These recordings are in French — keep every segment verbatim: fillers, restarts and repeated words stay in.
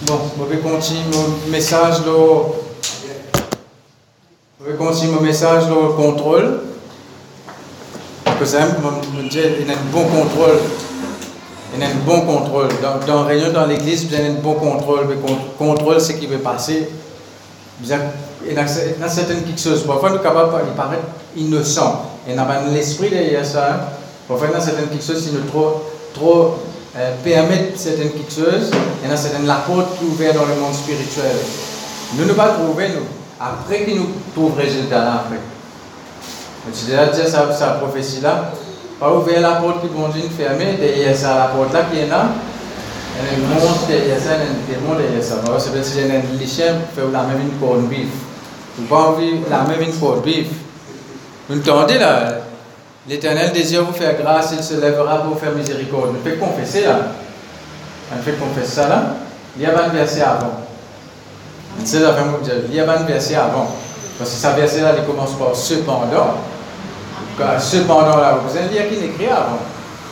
Bon, je vais continuer mon message de. Je vais continuer mon message de contrôle. Parce que ça, il y a un bon contrôle. Il y a un bon contrôle. Dans, dans réunion dans l'église, il y a un bon contrôle. Le contrôle, c'est qui veut passer. Il y a certaines choses. Parfois, nous sommes capables de paraître innocents. Et nous avons l'esprit derrière ça. Parfois, il y a certaines choses qui nous trop, trop euh, permettent certaines choses. Il y a certaines portes qui ouvrent dans le monde spirituel. Nous ne pas trouver, nous. Après que nous trouvons le résultat là, après. Tu as déjà dit ça, sa prophétie là. Pas ouvrir la porte qui vont dire fermer, derrière ça, la porte là qui est là. Il y a un monde derrière ça, il y a un démon derrière ça. C'est parce qu'il y a un lichem qui fait la même une corne bif. Vous ne pouvez pas la même une corne bif. Vous entendez là? L'Éternel désire vous faire grâce, il se lèvera pour vous faire miséricorde. On fait confesser là. On fait confesser ça là. Il y a un verset avant. C'est la fin il y a un verset avant. Parce que ce verset là, il commence par cependant. Cependant là, vous allez dire qu'il écrit avant.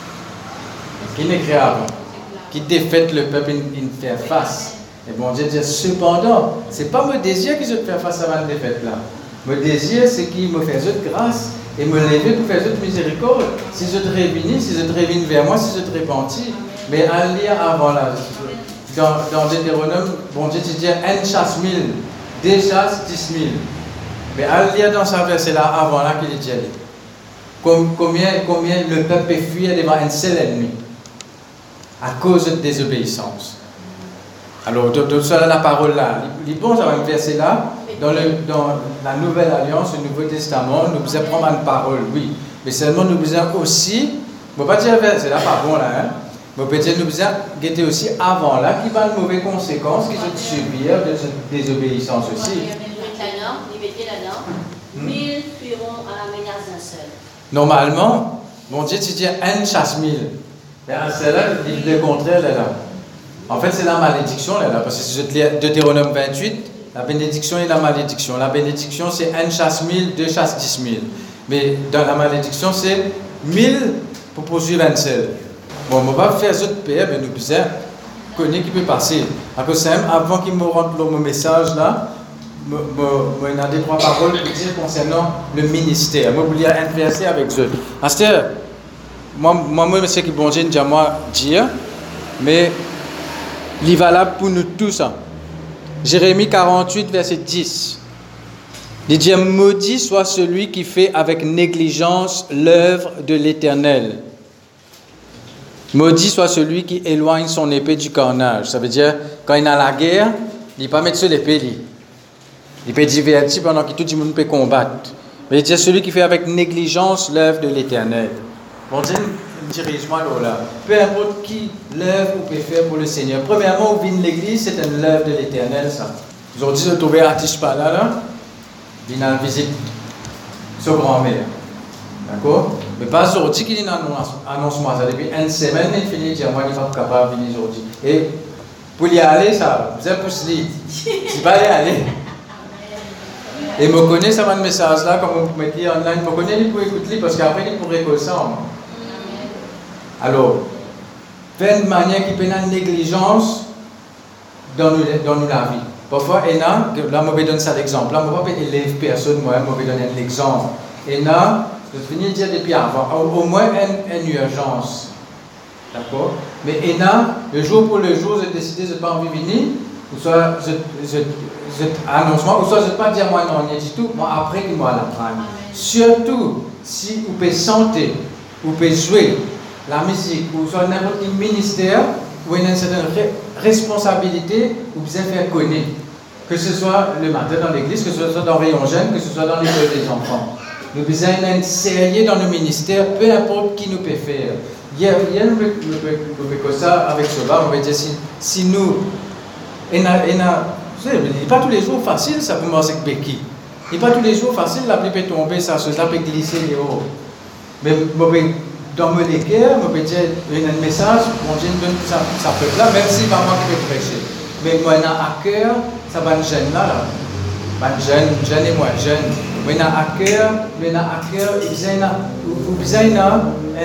Qu'il écrit avant. Qui défaite le peuple, il fait face. Et bon Dieu dit cependant, ce n'est pas mon désir qui se fait face à ma défaite là. Mon désir, c'est qu'il me fait de grâce et me lever pour faire de miséricorde. Si je te réunis, si je te réunis vers moi, si je te repentis. Mais à lire avant là, dans, dans Deutéronome, bon Dieu dit un chasse mille, deux chasses dix mille. Mais à lire dans ce verset là, avant là, qu'il dit combien, combien le peuple peut fuir devant un seul ennemi à cause de désobéissance. Alors, tout ça, la parole là, il bon, ça va un verset là, dans, le, dans la Nouvelle Alliance, le Nouveau Testament, nous pouvons prendre une parole, oui, mais seulement nous pouvons aussi, je ne vais pas dire verset là, pas bon là, hein, mais peut-être nous pouvons guetter aussi avant là, qui va de mauvaises conséquences, qui sont subir de cette désobéissance aussi. Mille fuiront à la menace d'un seul. Normalement, mon Dieu, tu dis un chasse mille. Mais c'est là, le contraire est là. En fait, c'est la malédiction là, parce que si je te lis Deutéronome vingt-huit, la bénédiction et la malédiction. La bénédiction, c'est un chasse mille, deux chasse dix mille. Mais dans la malédiction, c'est mille pour poursuivre un seul. Bon, on va faire autre paix, mais nous besoin connaître qui peut passer. Parce que avant qu'il me rentre mon message là, il y a des trois paroles pour dire concernant le ministère. Je vais lire un verset avec eux. Pasteur, moi, moi, c'est ce que bon Dieu dit à moi dire, mais il est valable pour nous tous. Hein. Jérémie quarante-huit, verset dix. Il dit, maudit soit celui qui fait avec négligence l'œuvre de l'Éternel. Maudit soit celui qui éloigne son épée du carnage. Ça veut dire, quand il a la guerre, il ne peut pas mettre sur l'épée. Il peut divertir pendant que tout le monde peut combattre. Mais il dit celui qui fait avec négligence l'œuvre de l'Éternel. Bon Dieu, dirige-moi là. Peu importe qui l'œuvre ou peut faire pour le Seigneur. Premièrement, au vin de l'église, c'est une œuvre de l'Éternel, ça. Aujourd'hui, je trouvais à Tishpala, là. Il a une visite sa grand-mère. D'accord? Mais pas aujourd'hui qu'il annonce moi ça. Depuis une semaine, il finit de dire moi, il n'est pas capable de venir aujourd'hui. Et pour y aller, ça, vous êtes poussé. Si pas y aller. Et je connais ça, un message là, comme vous mettez online, je connais pour écouter parce qu'après, il pourrait écouter ça. Alors, faire de manière qui peut avoir une négligence dans, nous, dans nous la vie. Parfois, il y a, là, je vais donner ça l'exemple. Là, je ne vais pas élève personne, moi, je vais donner l'exemple. Il y a, je finis de dire depuis avant, au moins une, une urgence. D'accord? Mais il y a, le jour pour le jour, j'ai décidé de ne pas envie de venir. Ou soit je, je, je annonce moi, ou soit je ne peux pas dire moi non, rien du tout, moi après qu'il moi la prendre. Surtout si vous pouvez chanter, vous pouvez jouer la musique, ou soit n'importe quel ministère, où il y a une certaine responsabilité, vous pouvez faire connaître. Que ce soit le matin dans l'église, que ce soit dans Rayon Jeune, que ce soit dans l'école des enfants. Nous avons un sérieux dans le ministère, peu importe qui nous peut faire. Hier, hier nous faisons ça avec cela, on va dire si, si nous. Et na, et na, il n'est pas tous les jours facile, ça pour moi, c'est Becky. Il n'est pas tous les jours facile, la pluie peut tomber, ça, ça peut glisser les hauts. Mais dans mon équerre, je peux dire, il y a un message, bon Dieu donne ça, ça peut là, même si maman qui peut prêcher. Mais moi, il y a à cœur, ça va une jeune là, là. Pas une jeune, jeune et moins jeune. Mais il y a à cœur, mais il y a à cœur, il y a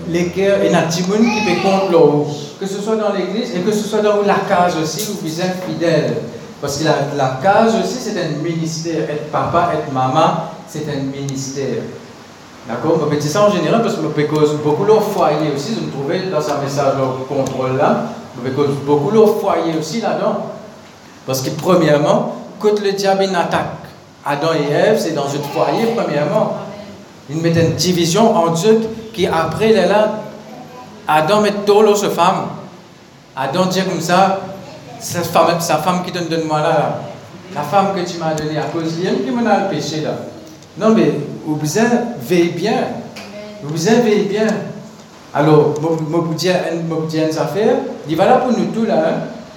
lesquels il y a des gens qui peuvent contre l'eau, que ce soit dans l'église et que ce soit dans la case aussi où vous êtes fidèles. Parce que la, la case aussi, c'est un ministère. Être papa, être maman, c'est un ministère. D'accord? Je dis ça en général parce que je cause beaucoup de foyers aussi. Je me trouvais dans un message de contrôle là. Je cause beaucoup de foyers aussi là-dedans. Parce que premièrement, quand le diable attaque Adam et Ève, c'est dans un foyer premièrement. Il met une division en Dieu qui après est là. Adam met tout l'autre femme. Adam dit comme ça, sa femme, sa femme qui te donne moi là, là, la femme que tu m'as donnée à cause de lui qui m'a le péché là. Non mais vous veillez bien, vous veillez bien. Alors, je vous dis une affaire, il va là pour nous tous là. Hein?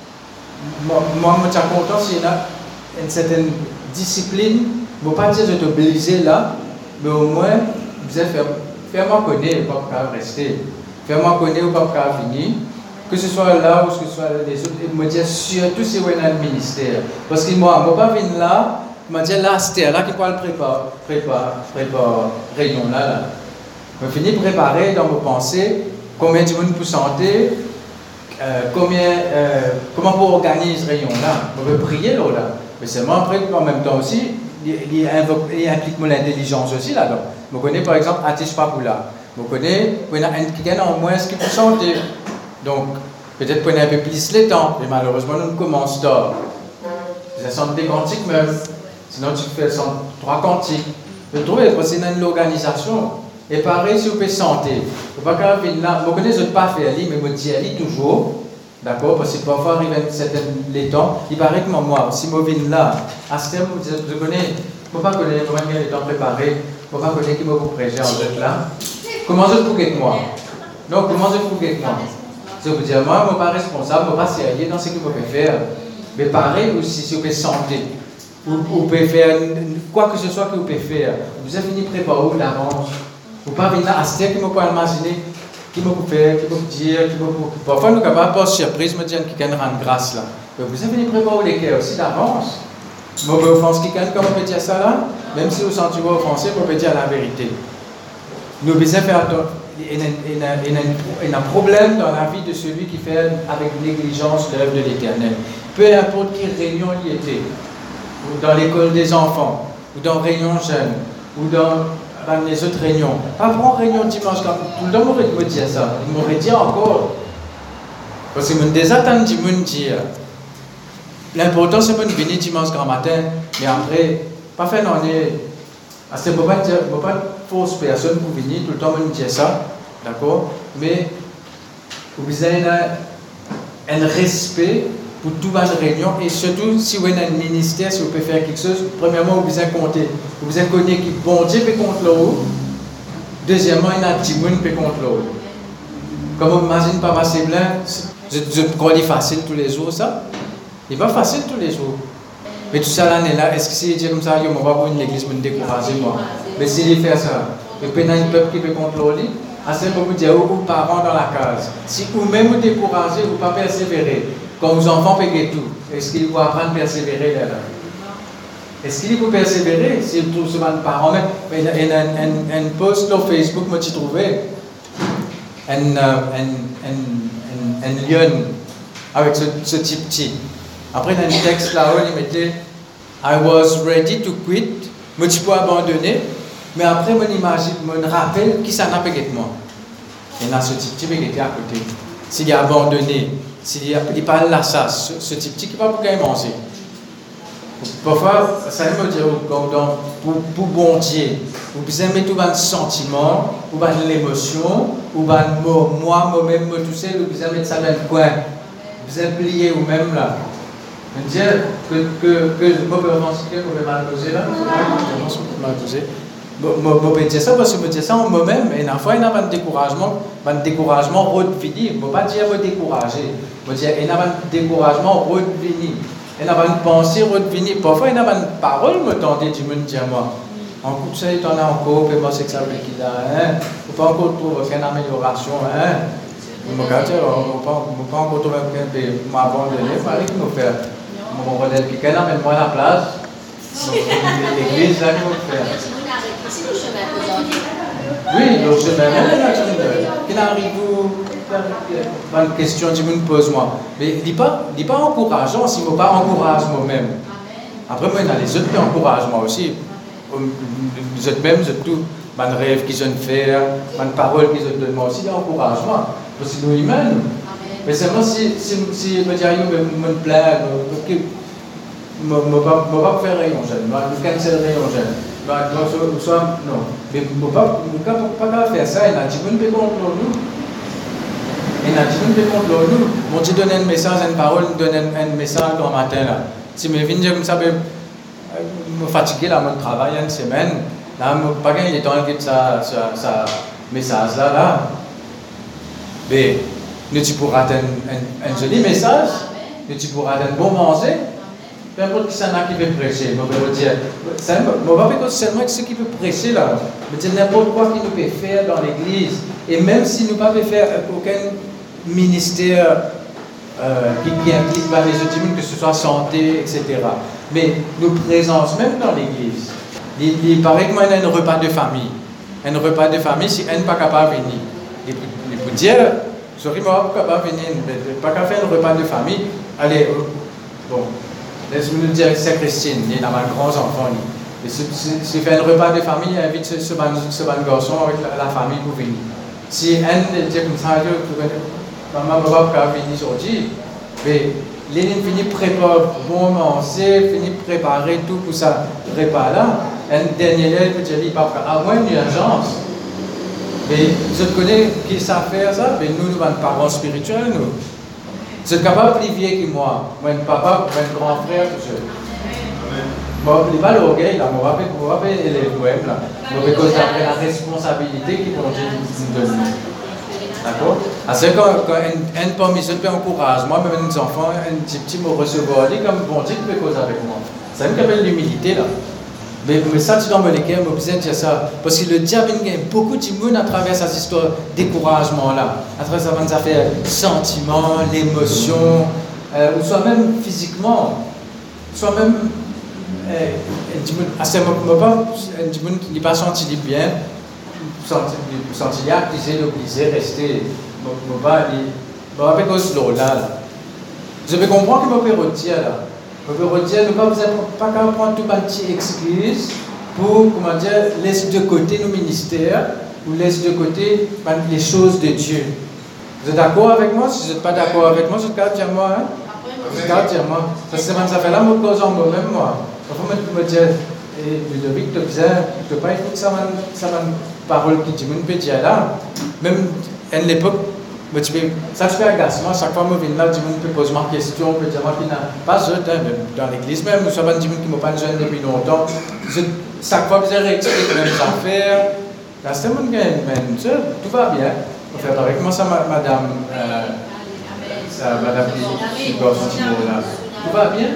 Moi, moi, je suis content s'il y a une certaine discipline. Je ne veux pas dire que je te briser là, mais au moins, vous allez faire, faire-moi connaître, pas rester. Faire-moi connaître ou pas venir. Que ce soit là ou que ce soit les autres, et me dire surtout si vous êtes dans le ministère. Parce que moi, je ne vais pas venir là, je me dire là, c'était là qui peut le préparer, préparer, préparer, réunion là. là. Je finis de préparer dans vos pensées combien de monde pour santé, euh, combien, euh, comment pour organiser réunion là. On veut prier là, là. Mais seulement après, en même temps aussi, il, il, il implique mon intelligence aussi là-dedans. Je connais par exemple Atish Papula. Je connais, il y a quelqu'un en moins qui peut chanter. Donc, peut-être qu'on a un peu plus le temps, mais malheureusement, nous commençons tard. Ça sent des cantiques même. Sinon, tu fais trois cantiques. Je trouve que c'est une organisation. Et pareil, si vous pouvez santé. Vous ne pouvez pas venir là. Je connais pas faire mais je dis toujours. D'accord? Parce que parfois, arrive à certains les temps. Il paraît que moi, si je viens là, à ce terme, je connais, je ne peux pas connaître comment les temps préparés. Je ne peux pas connaître qui m'a vous prêcher en fait là. Comment je fous avec moi? Donc, comment je fous avec moi? Je veux dire, moi, je ne suis pas responsable, je ne suis pas sérieux dans ce que je peux faire. Mais pareil aussi, si vous pouvez santé. Vous, vous pouvez faire quoi que ce soit que vous pouvez faire. Vous avez fini de préparer d'avance. Vous ne pouvez pas venir à ce terme qui ne peut pas imaginer. Qui me peut faire, qui me peut dire, qui me peut... Parfois, nous sommes capables de surprise, me dire qu'il y a une grande grâce là. Mais vous avez préparé les cœurs aussi d'avance. Moi, je offense quelqu'un, comme on peut dire ça là, même si vous vous sentez offensé, on peut dire la vérité. Nous devons faire attention. Il y a un problème dans la vie de celui qui fait avec négligence l'œuvre de l'Éternel. Peu importe quelle réunion il était, ou dans l'école des enfants, ou dans réunion jeune, ou dans... dans les autres réunions. Pas prendre réunion dimanche, tout le monde m'aurait dit ça. Il m'aurait dit encore. Parce que je déjà entendu me dire. L'important c'est de venir dimanche grand matin, mais après, pas faire non. Je ne peux pas dire, je ne peux pas forcer personne pour venir, tout le temps me dire ça. D'accord? Mais vous avez un, un respect pour toute la réunion et surtout si vous êtes dans le ministère, si vous pouvez faire quelque chose, premièrement vous avez compter, vous avez connu qui bon Dieu peut contre l'eau, deuxièmement il y a dix personnes qui peut contre l'eau. Comme on imagine pas passer blanc, je, je crois qu'il est facile tous les jours ça, il n'est pas facile tous les jours. Mais tout ça l'année là, est-ce que si il dit comme ça, je ne vais pas pour une église pour me décourager moi. Mais s'il fait ça, et puis il y a un peuple qui peut contre l'eau, à ce moment vous dire aux parents dans la case, si vous-même vous découragez, vous ne pas persévérer. Quand vos enfants payent tout, est-ce qu'ils vont apprendre à persévérer là-là? Est-ce qu'ils vont persévérer si tout ce monde parents même? Il y a un post sur Facebook, moi j'ai trouvé un, un, un, un lion avec ce, ce type petit. Après, il y a un texte là-haut, il mettait I was ready to quit, moi je peux abandonner, mais après, mon imagine, mon rappel qui ça n'a pas été moi. Il y a ce type qui était à côté. S'il a abandonné, s'il n'est pas là, ça, ce, ce type qui ne va pas manger. Parfois, ça veut dire pour, pour bon Dieu, vous aimez tout le sentiment, ou l'émotion, ou le mot, moi, moi-même, moi tout seul, vous aimez ça dans le coin. Vous êtes plié ou même là. Je veux dire que je peux penser que vous mal posé là. Je mal posé. Je peux dire ça parce que je dis ça en moi-même, et une fois, il y a un découragement, un découragement redevenu. Je ne peux pas dire me décourager. Je veux dire, il y a un découragement redevenu. Il y a une pensée redevenu. Parfois, il y a une parole me tendait du monde dire moi. En coup de ça, il y en a encore, et moi, c'est que ça veut qu'il a. Il ne faut pas encore trouver aucune amélioration. Je me dis, on ne peut pas encore trouver un peu m'abandonner. Il fallait qu'il nous fasse. Mon relève quelqu'un, amène-moi la place. L'église, là, il faut faire. Oui, l'autre semaine, qui n'arrive pas une question, tu me poses moi. Mais il n'est pas, pas encourageant si je ne pas encourage moi-même. Après, moi, il y a les autres qui encouragent moi aussi. Vous êtes même, vous êtes tout. Mon rêve qu'ils ont fait, mon parole qu'ils ont donné moi aussi, l'encouragement. Parce que nous humains. Mais seulement si, si, si je me dis, je me plains, je ne vais pas faire rayon jeune, je vais canceller rayon jeune. Non, mais je ne peux pas faire ça, il y a des gens qui peuvent contre nous. Il y a des gens qui peuvent contre nous. Bon, tu donnes un message, une parole, tu donnes un message le matin. Là. Si je viens comme ça, je me fatigue là, mon travail, une semaine. Là, je n'ai pas gagné le temps de ça, ça message là. là. Mais tu pourras avoir un, un, un joli message, tu pourras avoir un bon manger. Peu importe qui s'en a qui veut prêcher, je vais dire, je ne vais pas dire seulement ce qui peut prêcher là, mais c'est n'importe quoi qui nous peut faire dans l'église. Et même si nous ne pouvons pas faire aucun ministère euh, qui, qui implique les autres, que ce soit santé, et cetera. Mais nous présence même dans l'église. Il, il paraît que moi, il y a un repas de famille. Un repas de famille, si elle n'est pas capable de venir. Et pour dire, sorry, moi, je ne suis pas capable de venir, je ne pas capable de faire un repas de famille. Allez, bon. Laisse-moi nous dire que c'est Christine, il y a un grand enfant. Et si tu fais un repas de famille, il invite ce, ce, ce bon garçon avec la, la famille pour venir. Si elle dit comme ça, maman ne va pas venir aujourd'hui, mais les finit préparer bon manger, finit préparer tout pour ça repas-là. Un dernier lèvre peut dire, il va faire à moins une urgence. Mais je connais qui savent faire ça, mais nous, nous sommes parents spirituels, nous. Vous êtes capable de plus vieux que moi. Moi, un papa, un grand frère, tout seul. Moi, je ne pas l'orgueil, là. Moi, je ne vais pas élève moi-même, là. Moi, parce que j'ai la responsabilité qui vont nous donner. D'accord? C'est quand, quand un, un parmi eux peut encourager, moi, même les enfants, un petit petit me recevoir, comme bon Dieu peut causer avec moi. C'est une appelle l'humilité, là. Mais, mais ça, tu dois me le dire, je besoin de dire ça. Parce que le diable gagne beaucoup de monde à travers ces histoires de découragement-là. À travers ça, ça fait sentiments, l'émotion, euh, ou soit même physiquement, soit même. À ce moment-là, il n'est pas senti bien, il senti accusé, obligé de rester. Je ne vais pas faire cause de là. Je vais comprendre que je peux retirer là. Je peux retirer, nous ne pouvons pas prendre tout petit excuse pour, comment dire, laisser de côté nos ministères ou laisser de côté les choses de Dieu. Vous êtes d'accord avec moi? Si vous n'êtes pas d'accord avec moi, je te garde dire moi. Hein? Je te garde dire moi. Ça, ça fait là, je me cause en moi-même, moi. Il faut me dire, Ludovic, tu ne peux pas écouter ça, ça parole qui dit, je peux dire là. Même à l'époque, ça se fait agacement. Chaque fois que je viens là, je peux poser ma question, je peux dire, moi, pas eux, dans l'église même, nous sommes des gens qui ne m'ont pas jeune depuis longtemps. Chaque fois que je réexplique les mêmes affaires, là, c'est mon gars, tout va bien. On fait avec moi, ça, madame, euh, ça, madame qui doit son mot là. Tout va bien?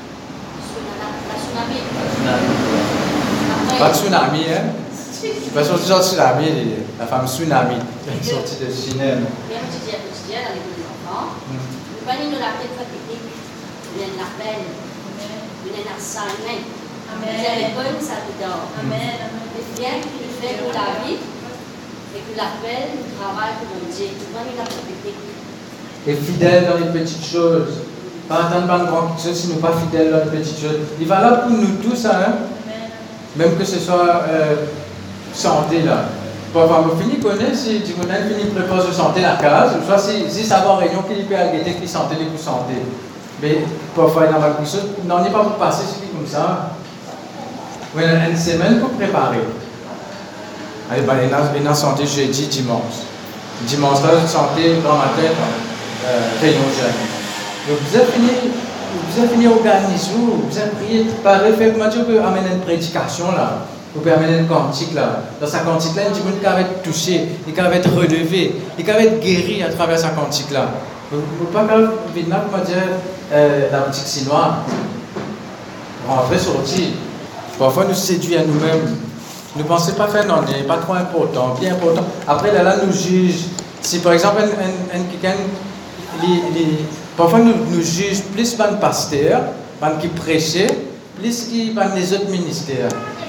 Pas de tsunami, hein? Pas sorti de tsunami, la femme tsunami, sortie de cinéma. Bien étudié à quotidien dans les petits enfants. Nous pas nous la tête technique, nous avons l'appel, nous avons l'assignment. Nous avons l'école, ça dedans. C'est bien que tu fais pour la vie et que l'appel, le travail pour mon Dieu. Nous pas nous la tête technique. Et fidèle dans les petites choses. Pas entendre pas de grandes choses si nous ne sommes pas fidèles dans les petites choses. Il va là pour nous tous, hein? Même que ce soit euh, santé là. Parfois, on finit connaître si tu connais, finit préparer de santé la case, soit si, si ça va en réunion, qu'il peut agiter, qu'il santé, qu'il peut santé. Mais parfois, il y a quelque chose, non, n'est pas pour passer, c'est comme ça. Oui, il y a une semaine pour préparer. Allez, ben, il y a santé jeudi, dimanche. Dimanche, là, santé, grand matin, euh, réunion jeune. Donc, vous avez fini. Vous avez fini organiser, vous avez prié, parler, faire comment Dieu peut amener une prédication là, vous pouvez amener une cantique là. Dans sa cantique là, il dit qu'il va être touché, il va être relevé, il va être guéri à travers sa cantique là. Vous ne pouvez pas venir là, comment dire, euh, la boutique chinoise, rentrer, sortir. Parfois nous séduit à nous-mêmes. Ne pensez pas faire non, n'est pas trop important, bien important. Après là, là nous juge. Si par exemple, un, un, un, quelqu'un, parfois nous, nous jugeons plus par le pasteur, par qui prêchait, plus que par les autres ministères.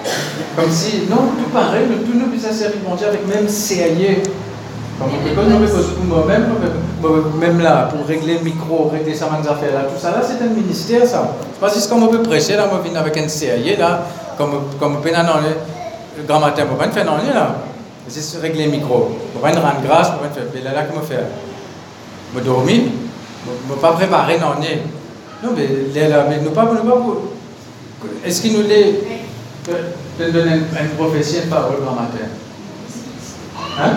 Comme si, non, tout pareil, mais tout nous bisa servir mon Dieu avec même sérieux. Comme on nous cause pour moi-même, même là, pour régler le micro, régler ça, mes affaires là, tout ça là, c'est un ministère ça. C'est pas juste comme on peut prêcher là, on vient avec un sérieux là, comme comme on peut dans le grand matin, on va faire non là. C'est régler le micro. On va rendre grâce, on va faire, mais là là comment faire? Je dormir, je ne pas préparer non non mais là, mais nous pas, nous pas. Est-ce qu'il nous les de donner une prophétie, une parole grand matin? Hein?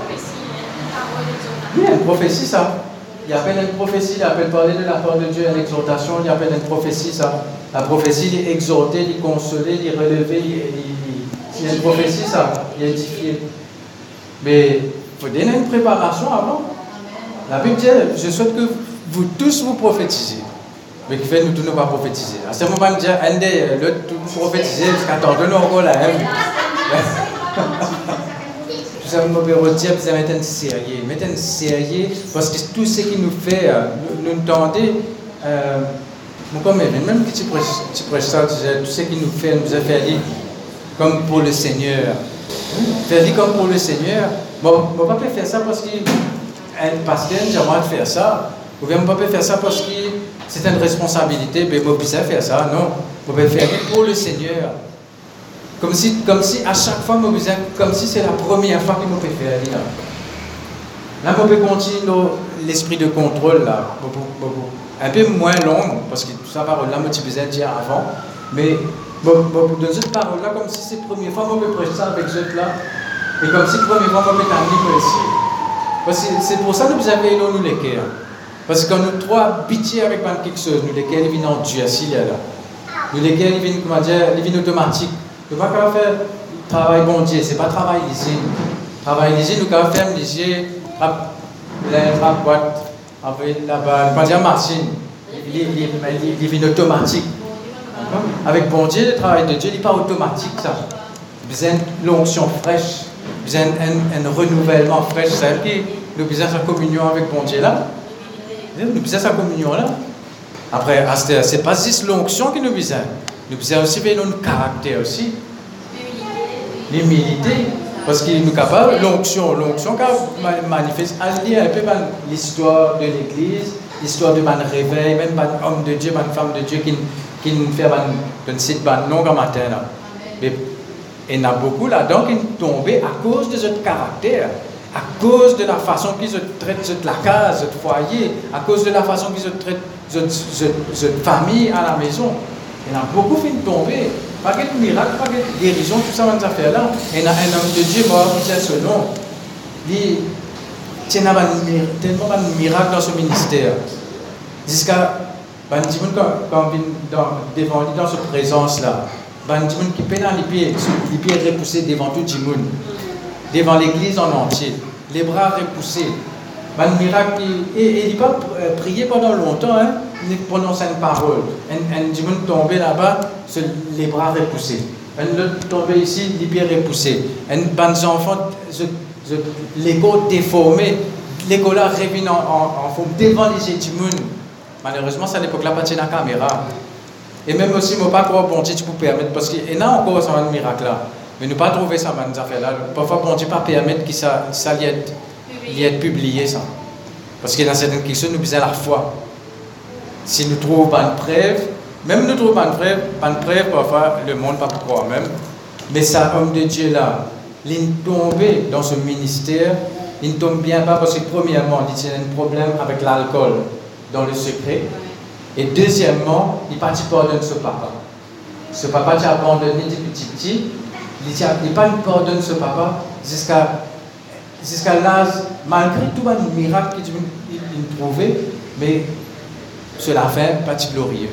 Oui, une prophétie, ça. Il appelle une prophétie, il appelle parler de la part de Dieu, une exhortation, il appelle une prophétie, ça. La prophétie, il est exhorter, il est consoler, il est relever, il est une prophétie, ça. Il est édifié. Mais il faut donner une préparation avant. La Bible dit, je souhaite que vous tous vous prophétisez. Mais qui fait nous tous ne pas prophétiser. À ce moment, on dit, un des l'autre tout prophétiser, jusqu'à tantôt, nous encore là. Tout ça, on peut redire, vous mettez un sérieux. Mettez un sérieux, parce que tout ce qui nous fait, nous entendez, même que tu prêches ça, tout ce qui nous fait, nous a fait aller comme pour le Seigneur. Faire aller comme pour le Seigneur. Bon, on ne peut pas faire ça parce qu'il parce qu'il y a moyen de faire ça. Ou bien on ne peut pas faire ça parce que c'est une responsabilité, mais on ne peut pas faire ça, non. On peut faire pour le Seigneur. Comme si, comme si à chaque fois, comme si c'est la première fois qu'il me peut faire là. Là, on peut continuer l'esprit de contrôle, là, un peu moins long, parce que tout ça, parole-là, je me dire avant, mais dans cette parole-là, comme si c'est la première fois qu'on peut prêcher ça avec eux là, et comme si la première fois qu'on peut t'amener ici. Parce que c'est pour ça que nous avons nous les cœurs. Parce que quand nous trois pitié avec quelque chose, nous les cœurs, ils viennent en Dieu, s'il y a là. Nous les cœurs, ils viennent, comment dire, ils viennent automatiques. Nous ne pouvons pas faire travail bon Dieu, ce n'est pas travail lisier. Travail lisier, nous pouvons faire lisier, la boîte, là-bas, pas dire machine, il vient automatique. Avec bon Dieu, le travail de Dieu, il n'est pas automatique, ça. Vous avez une l'onction fraîche, vous avez un, un, un renouvellement fraîche. Ça veut dire que nous avons sa communion avec bon Dieu là. Nous avons sa communion là. Après, ce n'est pas juste l'onction que nous avons. Nous avons aussi notre caractère aussi. L'humilité. Parce qu'il nous capable, l'onction, l'onction qui manifeste, allié un peu l'histoire de l'Église, l'histoire de mon réveil, même un homme de Dieu, une femme de Dieu qui qui nous fait un site non comme matin là. Mais il y en a beaucoup là-dedans qui sont tombés à cause de notre caractère, à cause de la façon qu'ils traitent la case, notre foyer, à cause de la façon qu'ils traitent notre famille à la maison. Il y en a beaucoup qui sont tombés. Pas de miracle, pas de guérison, tout ça, ces affaires-là. Il y a un homme de Dieu mort qui dit ce nom. Il y a tellement de miracles dans ce ministère. Jusqu'à quand on vient devant lui dans cette présence-là, qui peut dans les pieds, les pieds repoussés devant tout le monde, devant l'église en entier, les bras repoussés. Un miracle, et il n'a pas prié pendant longtemps, hein, il prononçait une parole. Un monde tombé là-bas, les bras repoussés. Un autre tombé ici, les pieds repoussés. Un bon enfant, l'écho déformé, l'écho là revient en, en, en forme devant les yeux du monde. Malheureusement, c'est à l'époque là, pas de la caméra. Et même aussi, je ne peux pas croire bon Dieu, tu peux permettre, parce qu'il y a encore un miracle là. Mais nous pas trouver ça, dans affaires là. Parfois, bon Dieu ne pas permettre que ça, ça y ait, y ait publié ça. Parce qu'il y a certaines questions, nous besoin la foi. Si nous trouvons pas une preuve, même nous trouvons pas une preuve, pas une preuve, parfois, le monde ne peut pas croire même. Mais ça, homme de Dieu là, il est tombé dans ce ministère, il ne tombe bien pas parce que, premièrement, il y a un problème avec l'alcool dans le secret. Et deuxièmement, il partit pardonner ce papa. Ce papa t'a abandonné depuis petit petit. Il n'a pas pardonné ce papa jusqu'à jusqu'à l'âge, malgré tout un miracle qu'il a trouvé, mais sur la fin, pas de glorieux.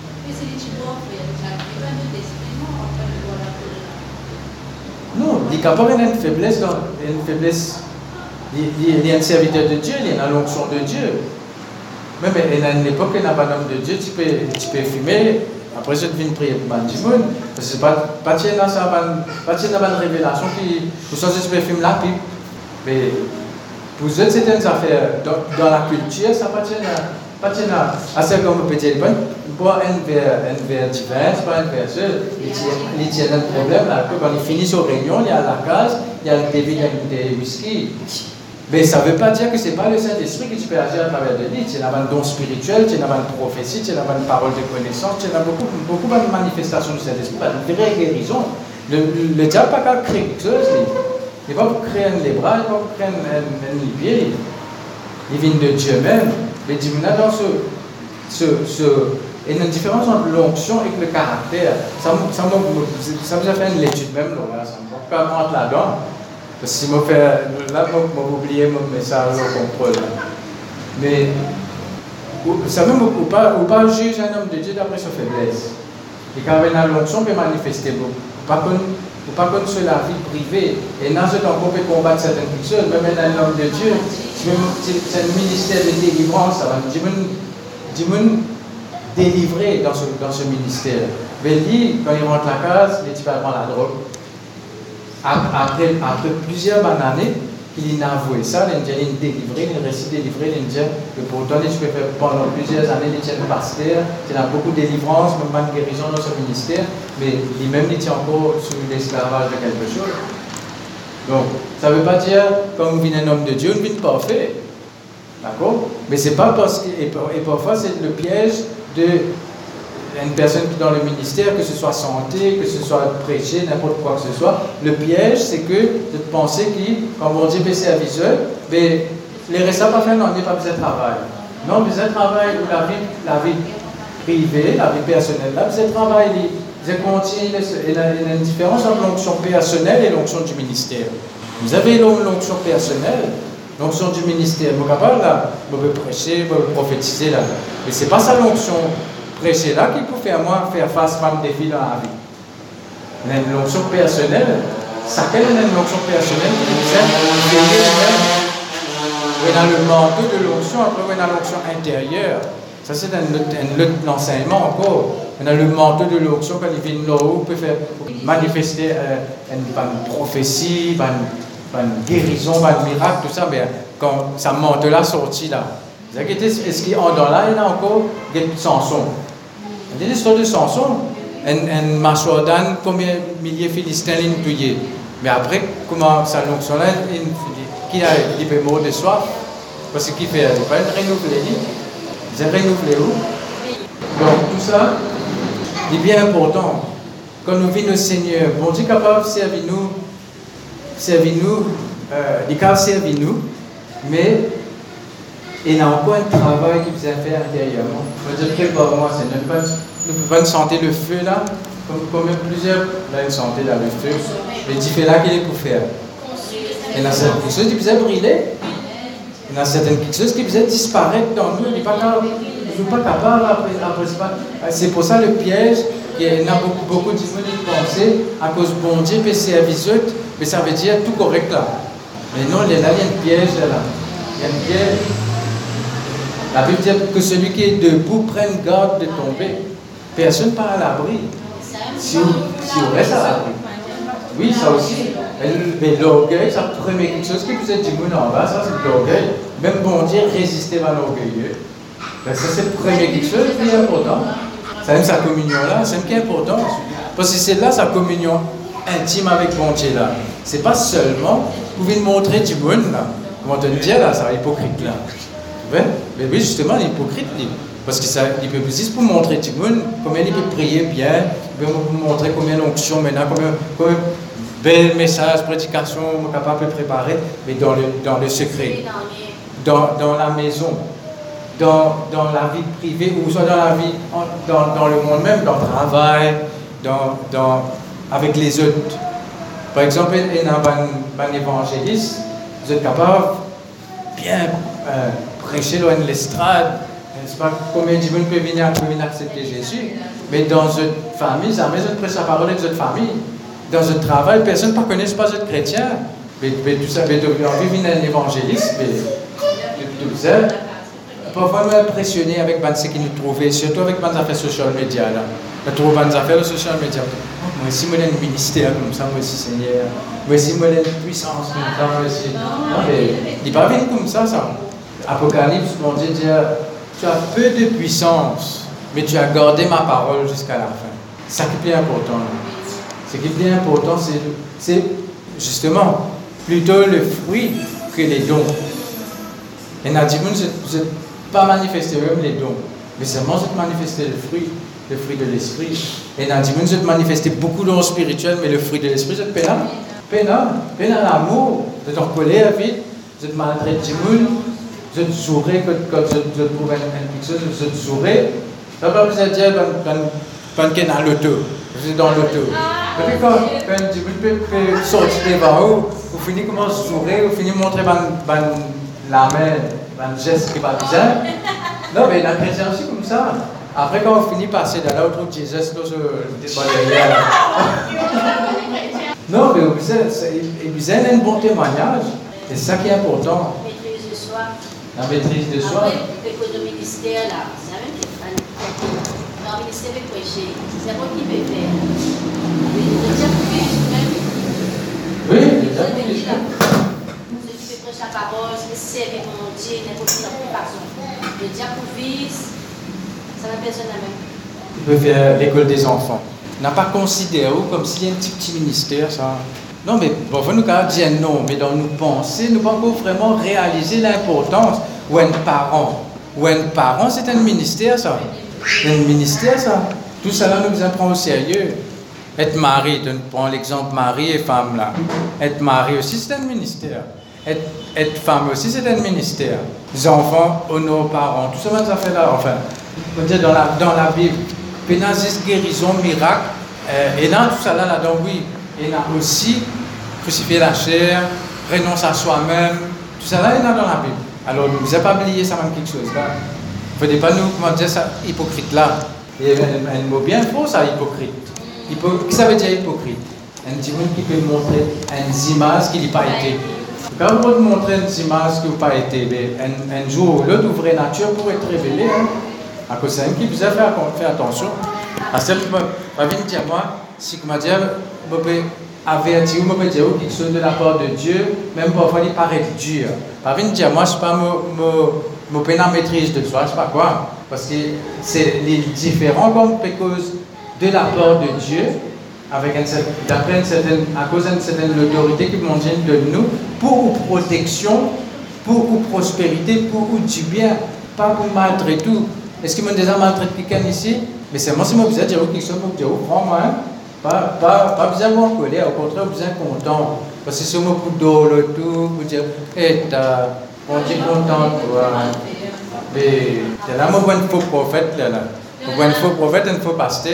Non, il n'y a pas une faiblesse, une faiblesse. Il est un serviteur de Dieu, il est dans l'onction de Dieu. Même à une époque, il n'y a pas d'homme de Dieu, tu peux, tu peux fumer, après je viens prier pour le monde. Parce que ce n'est pas une révélation qui. Pour ça, je peux fumer la pipe. Mais pour eux, c'est une affaire. Dans, dans la culture, ça appartient à. Pas de là. À ce qu'on peut dire, bon, un verre, un verre divers, pas un verre seul. Il y a un problème là. Quand il finit sur réunion, il y a la case, il y a le débit, il y a des whisky. Mais ça ne veut pas dire que ce n'est pas le Saint-Esprit que tu peux agir à travers de lui. Tu as un don spirituel, tu as une prophétie, tu as une parole de connaissance, tu as beaucoup, beaucoup de manifestations du Saint-Esprit, une vraie guérison. Le, le diable n'a pas créé quelque chose. Il va pas créer un lébral, il va pas créer un, un, un libier. Il vient de Dieu même. Mais dis dans ce, ce, ce, il y a une différence entre l'onction et le caractère. Ça m'a ça ça fait une étude même, là, ça m'a pas rentrer là-dedans. Parce que si je fais, là, je vais oublier mon message au contrôle. Mais, ça veut ou pas, ou pas juger un homme de Dieu d'après sa faiblesse. Et quand il y a l'onction, peut manifester beaucoup. Ou pas comme sur la vie privée. Et dans ce temps, on peut combattre certaines choses. Même un homme de Dieu, c'est un ministère de délivrance. Dis-moi, délivré dans ce, dans ce ministère. Mais lui, quand il rentre à la case, il va prendre la drogue. Après, après plusieurs années, il a avoué ça, il a délivré, il a réussi à délivrer, il a dit que pourtant, tu peux faire pendant plusieurs années, il tient le pasteur, il a beaucoup de délivrance, même de guérison dans ce ministère, mais lui-même, il tient encore sous l'esclavage de quelque chose. Donc, ça ne veut pas dire, quand on vient un homme de Dieu, on vient parfait. D'accord? Mais ce n'est pas parce que, et parfois, c'est le piège de une personne qui est dans le ministère, que ce soit santé, que ce soit prêcher, n'importe quoi que ce soit, le piège, c'est que de penser que, quand on dit baisser à viseur, mais les restes pas faire, non, il n'y a pas besoin de travail. Non, besoin de travail, la vie, la vie privée, la vie personnelle, là, besoin de travail, il y a une différence entre l'onction personnelle et l'onction du ministère. Vous avez l'onction personnelle, l'onction du ministère, vous êtes capable, là, vous pouvez prêcher, vous pouvez prophétiser, là, mais ce n'est pas ça l'onction. Prêcher là qui peut faire moi faire face à un défi dans la vie. Il y a une onction personnelle. Chacun a une onction personnelle qui nous aide à veiller nous-mêmes. On a le manteau de l'onction, après on a l'onction intérieure. Ça c'est un autre enseignement encore. On a le manteau de l'onction quand il vient de l'eau, on peut faire manifester euh, une, une prophétie, une, une guérison, un miracle, tout ça, mais quand ça manteau-là sorti là. Est-ce qu'il y a dans là, il y a encore des Samson. Il y a l'histoire de Samson. Un mâchoire d'âne, combien de milliers de Philistins l'ont tué. Mais après, comment ça l'onction là, qui a il peut mourir de soif. Parce qu'il fait, il va renouveler. Il va renouveler où? Donc tout ça, est bien important. Quand nous vivons le Seigneur, bon Dieu est capable de servir nous, servir nous, euh, il est capable de servir nous, mais il y a encore un travail qu'il vous a fait intérieurement. Je veux dire, prépare moi, Seigneur. Nous ne pouvons pas sentir le feu là, comme, comme plusieurs, là, ils sentaient là le feu. Mais il fait là qu'il est pour faire. Il y a certaines choses qui vous a brûlé. Il y a certaines choses qui vous a disparaître dans nous. Nous ne sommes pas capables après. C'est pour ça le piège. Il y a beaucoup, beaucoup de gens qui pensent à cause de bon Dieu, puis c'est aviseux, mais ça veut dire tout correct là. Mais non, il y a un piège là. Il y a un piège. La Bible dit que celui qui est debout prenne garde de tomber. Personne ne part à l'abri. Si on si reste à l'abri. Oui, ça aussi. Mais l'orgueil, ça promet quelque chose qui vous êtes du monde en bas, ça c'est l'orgueil. Même bon Dieu, résister à l'orgueilleux. Ben, ça c'est premier quelque chose qui est important. Ça aime sa communion là, c'est ce qui est important. Parce que c'est là sa communion intime avec bon Dieu là. C'est pas seulement, vous pouvez montrer du monde là. Comment te dire là, ça hypocrite là. Ouais, mais oui, justement, l'hypocrite, parce que ça, il peut juste pour montrer tout le monde comment il peut prier bien, il peut vous montrer combien l'onction maintenant, combien, combien bel message, prédication, on est capable de préparer, mais dans le, dans le secret, dans, dans la maison, dans, dans la vie privée, ou soit dans la vie, dans, dans le monde même, dans le travail, dans, dans, avec les autres. Par exemple, il y a un évangéliste, vous êtes capable bien euh, prêcher loin de l'estrade, n'est-ce pas? Combien de gens peuvent venir, peuvent venir accepter Jésus? Mais dans une famille, ça met une prêche la parole de votre famille. Dans un travail, personne ne connaît pas être chrétien. Mais, mais tout ça, mais de venir un évangéliste, mais tout ça. Parfois, nous sommes impressionnés avec ce qui nous trouvait, surtout avec les affaires social media. Nous trouvons les affaires social media. Moi aussi, moi, j'ai un ministère comme ça, moi aussi, Seigneur. Moi aussi, moi, j'ai une puissance comme ça, moi aussi. Non, mais il n'est pas venu comme ça, ça. Apocalypse, mon Dieu dit, tu as peu de puissance, mais tu as gardé ma parole jusqu'à la fin. C'est ça qui est bien important. Ce qui est bien important, c'est justement plutôt le fruit que les dons. Et Nadimon, je ne pas manifester même les dons, mais seulement je te manifester le fruit, le fruit de l'esprit. Et Nadimon, je te manifester beaucoup de dons spirituels, mais le fruit de l'esprit, je te peine. Peine, peine à l'amour, je te recoller à vie, je te maltraite Dimoun, je te souris quand je te trouve quelque chose, je te souris. Je ne vais pas vous dire quand tu es dans l'auto, je suis dans l'auto. Et puis quand tu peux sortir devant vous, vous finissez comment sourire, vous finissez montrer la main, un geste qui va bien. Non, mais la chrétien aussi comme ça. Après, quand vous finissez par passer dans l'autre Jésus, c'est pas derrière. Non, mais vous avez un bon témoignage. Et c'est ça qui est important. La maîtrise de soi. La maîtrise de soi. Après, le ministère, là, c'est la même chose. Dans le ministère de prêcher, c'est moi qui vais faire. Oui, celui qui fait prêcher la parole, celui qui sert mon Dieu, n'importe quelle façon. Le diaconisme, ça va personne la même. Il peut faire l'école des enfants. On n'a pas considéré comme s'il y a un petit, petit ministère, ça. Non, mais bon, faut nous dire non, mais dans nos pensées, nous ne pouvons pas vraiment réaliser l'importance. Ou un parent. Ou un parent, c'est un ministère, ça. C'est un ministère, ça. Tout ça, là, nous apprend au sérieux. Être mari, on prend l'exemple mari et femme, là. Être mari aussi, c'est un ministère. Être, être femme aussi, c'est un ministère. Les enfants, honorent parents, tout ça, ça fait là, enfin, on peut dire dans la, dans la Bible, pénazis, guérison, miracle, euh, et dans tout ça là, là-dedans, oui, il y a aussi crucifier la chair, renoncer à soi-même, tout ça là, il y a dans la Bible. Alors, vous n'avez pas oublié ça, même quelque chose là. Vous ne pouvez pas nous, comment dire ça, hypocrite là. Il y a un, un mot bien faux, ça, hypocrite. Hypo, qu'est-ce que ça veut dire hypocrite? Un petit monde qui peut montrer une image qui n'a pas été. Quand vous montrez une image qui n'a pas été, un, un jour ou l'autre, votre vraie nature pourrait être révélée. Hein? À cause de ça, qui vous a fait faire attention. À ce moment, je vais dire moi, si vous m'avez dit, vous pouvez avertir, vous pouvez dire quelque chose de la part de Dieu, même parfois il paraît dur. Je vais dire moi, je ne sais pas mon peine en maîtrise de soi, je ne sais pas quoi. Parce que c'est différent comme cause de la part de Dieu, avec une certaine, une certaine, à cause d'une certaine autorité qui vient de nous, pour une protection, pour une prospérité, pour du bien, pas pour maltraiter tout. Est-ce que je déjà maltraite quelqu'un ici? Mais c'est moi, c'est moi, vous êtes dire quelque chose, vous dire, prends-moi, hein? Pas, pas, pas besoin de m'en colère, au contraire, besoin content. Parce que c'est moi pour dormir le tout, pour dire, hé, on dit content, toi. Mais c'est là, moi, un faux prophète, là. Moi, un faux prophète, un faux pasteur.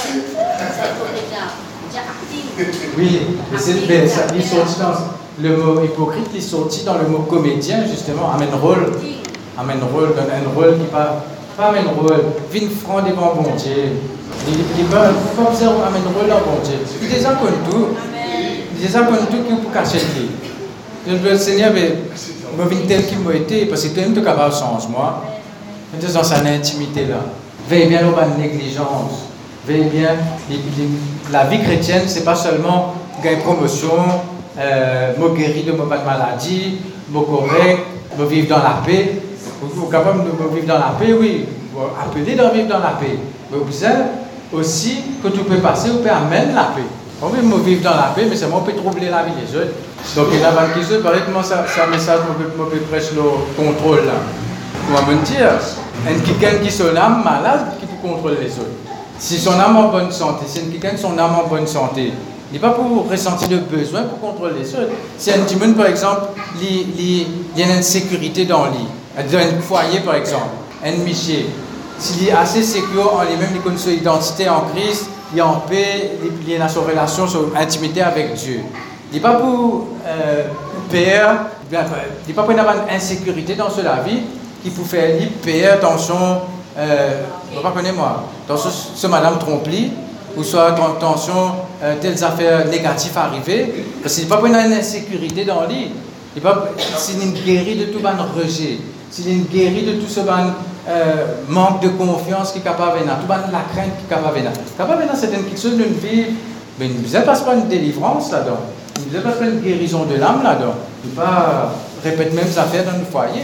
Oui, mais c'est mais ça, il est sorti dans le mot hypocrite, il est sorti dans le mot comédien, justement, amène rôle. Amène rôle, donne un rôle qui pas. Pas amène rôle, vine franc devant bon Dieu. Il ne peut pas faire amène rôle dans bon Dieu. Il y a des gens comme tout. Il y a des gens comme tout qui pour cacher le Dieu. Le Seigneur, je viens tel qu'il m'a été, parce que toi même tu es capable de changer moi. Tu es dans sa intimité là. Veille bien dans la négligence. Veille bien. La vie chrétienne, ce n'est pas seulement gagner promotion, euh, me guérir de ma maladie, me correct, me vivre dans la paix. Vous êtes capable de vivre dans la paix, oui. Vous appelez de vivre dans la paix. Mais vous êtes aussi que tu peux passer, vous pouvez amener la paix. On peut vivre dans la paix, mais c'est moi qui peut troubler la vie des autres. Donc, il y a une question, par exemple, ça, ça message, je peux presque le contrôle là. On va me dire, quelqu'un qui son âme malade, qui peut contrôler les autres. Si son âme en bonne santé, si quelqu'un son âme en bonne santé, il n'est pas pour ressentir le besoin pour contrôler les autres. Si un petit monde, par exemple, il y a une insécurité dans lui, dans un foyer, par exemple, un miché, s'il est assez sécure en lui-même, il connaît son identité en Christ, il est en paix, il est dans son relation, son intimité avec Dieu. Il n'est pas pour euh, père, il n'est pas pour avoir une insécurité dans sa vie qui peut faire lui père dans son, euh, je ne pas connaître moi, dans ce, ce madame trompe-lie, ou soit dans tension, euh, telles affaires négatives arrivées, parce qu'il n'est pas pour une insécurité dans lui. S'il est guéri de tout le rejet, s'il est guéri de tout ce euh, manque de confiance qui est capable de venir, tout la crainte qui est capable de venir. Capable de venir, c'est quelque chose d'une vie, mais il ne passe pas une délivrance là-dedans. Il ne passe pas une guérison de l'âme là-dedans. Il ne pas répéter même affaires dans le foyer.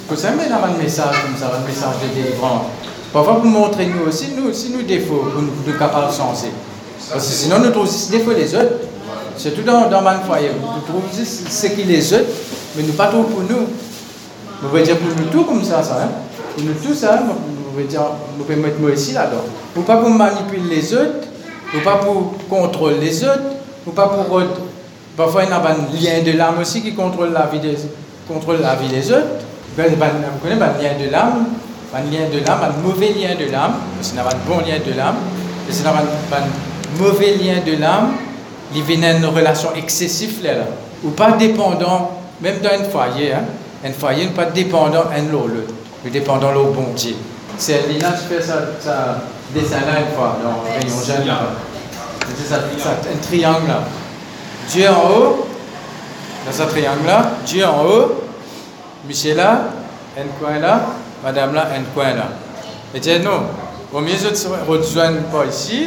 Que ça met dans un message comme ça, un message de délivrance. Parfois pour montrer nous aussi, nous aussi nous défauts, pour nous être capables de changer. Parce que sinon nous trouvons aussi défauts les autres. C'est tout dans, dans mon foyer. Nous trouvons aussi ce qui les autres, mais nous pas trop pour nous. Nous pouvons dire pour nous tout comme ça, ça. Hein? Pour nous tout ça, nous pouvons dire, nous pouvons mettre moi ici là-dedans. Ou pas pour manipuler les autres, ou pas pour contrôler les autres, ou pas pour autres. Parfois il y a un lien de l'âme aussi qui contrôle la vie des, contrôle la vie des autres. Vous connaissez un lien de l'âme, un lien de l'âme, un mauvais lien de l'âme, parce qu'il y a un bon lien de l'âme, et c'est un, un mauvais lien de l'âme, il vient une relation excessive là, ou pas dépendant, même dans un foyer, hein, un foyer n'est pas dépendant un de l'autre, mais dépendant l'autre bon Dieu. C'est Lina qui fait ça, ça dessin là une fois, dans le rayon jeune là. C'est ça, ça, un triangle là. Dieu en haut, dans ce triangle là, Dieu en haut, Michel là, un coin là, Madame là, un coin là. Et Dieu non, au mieux je rejoindre pas ici,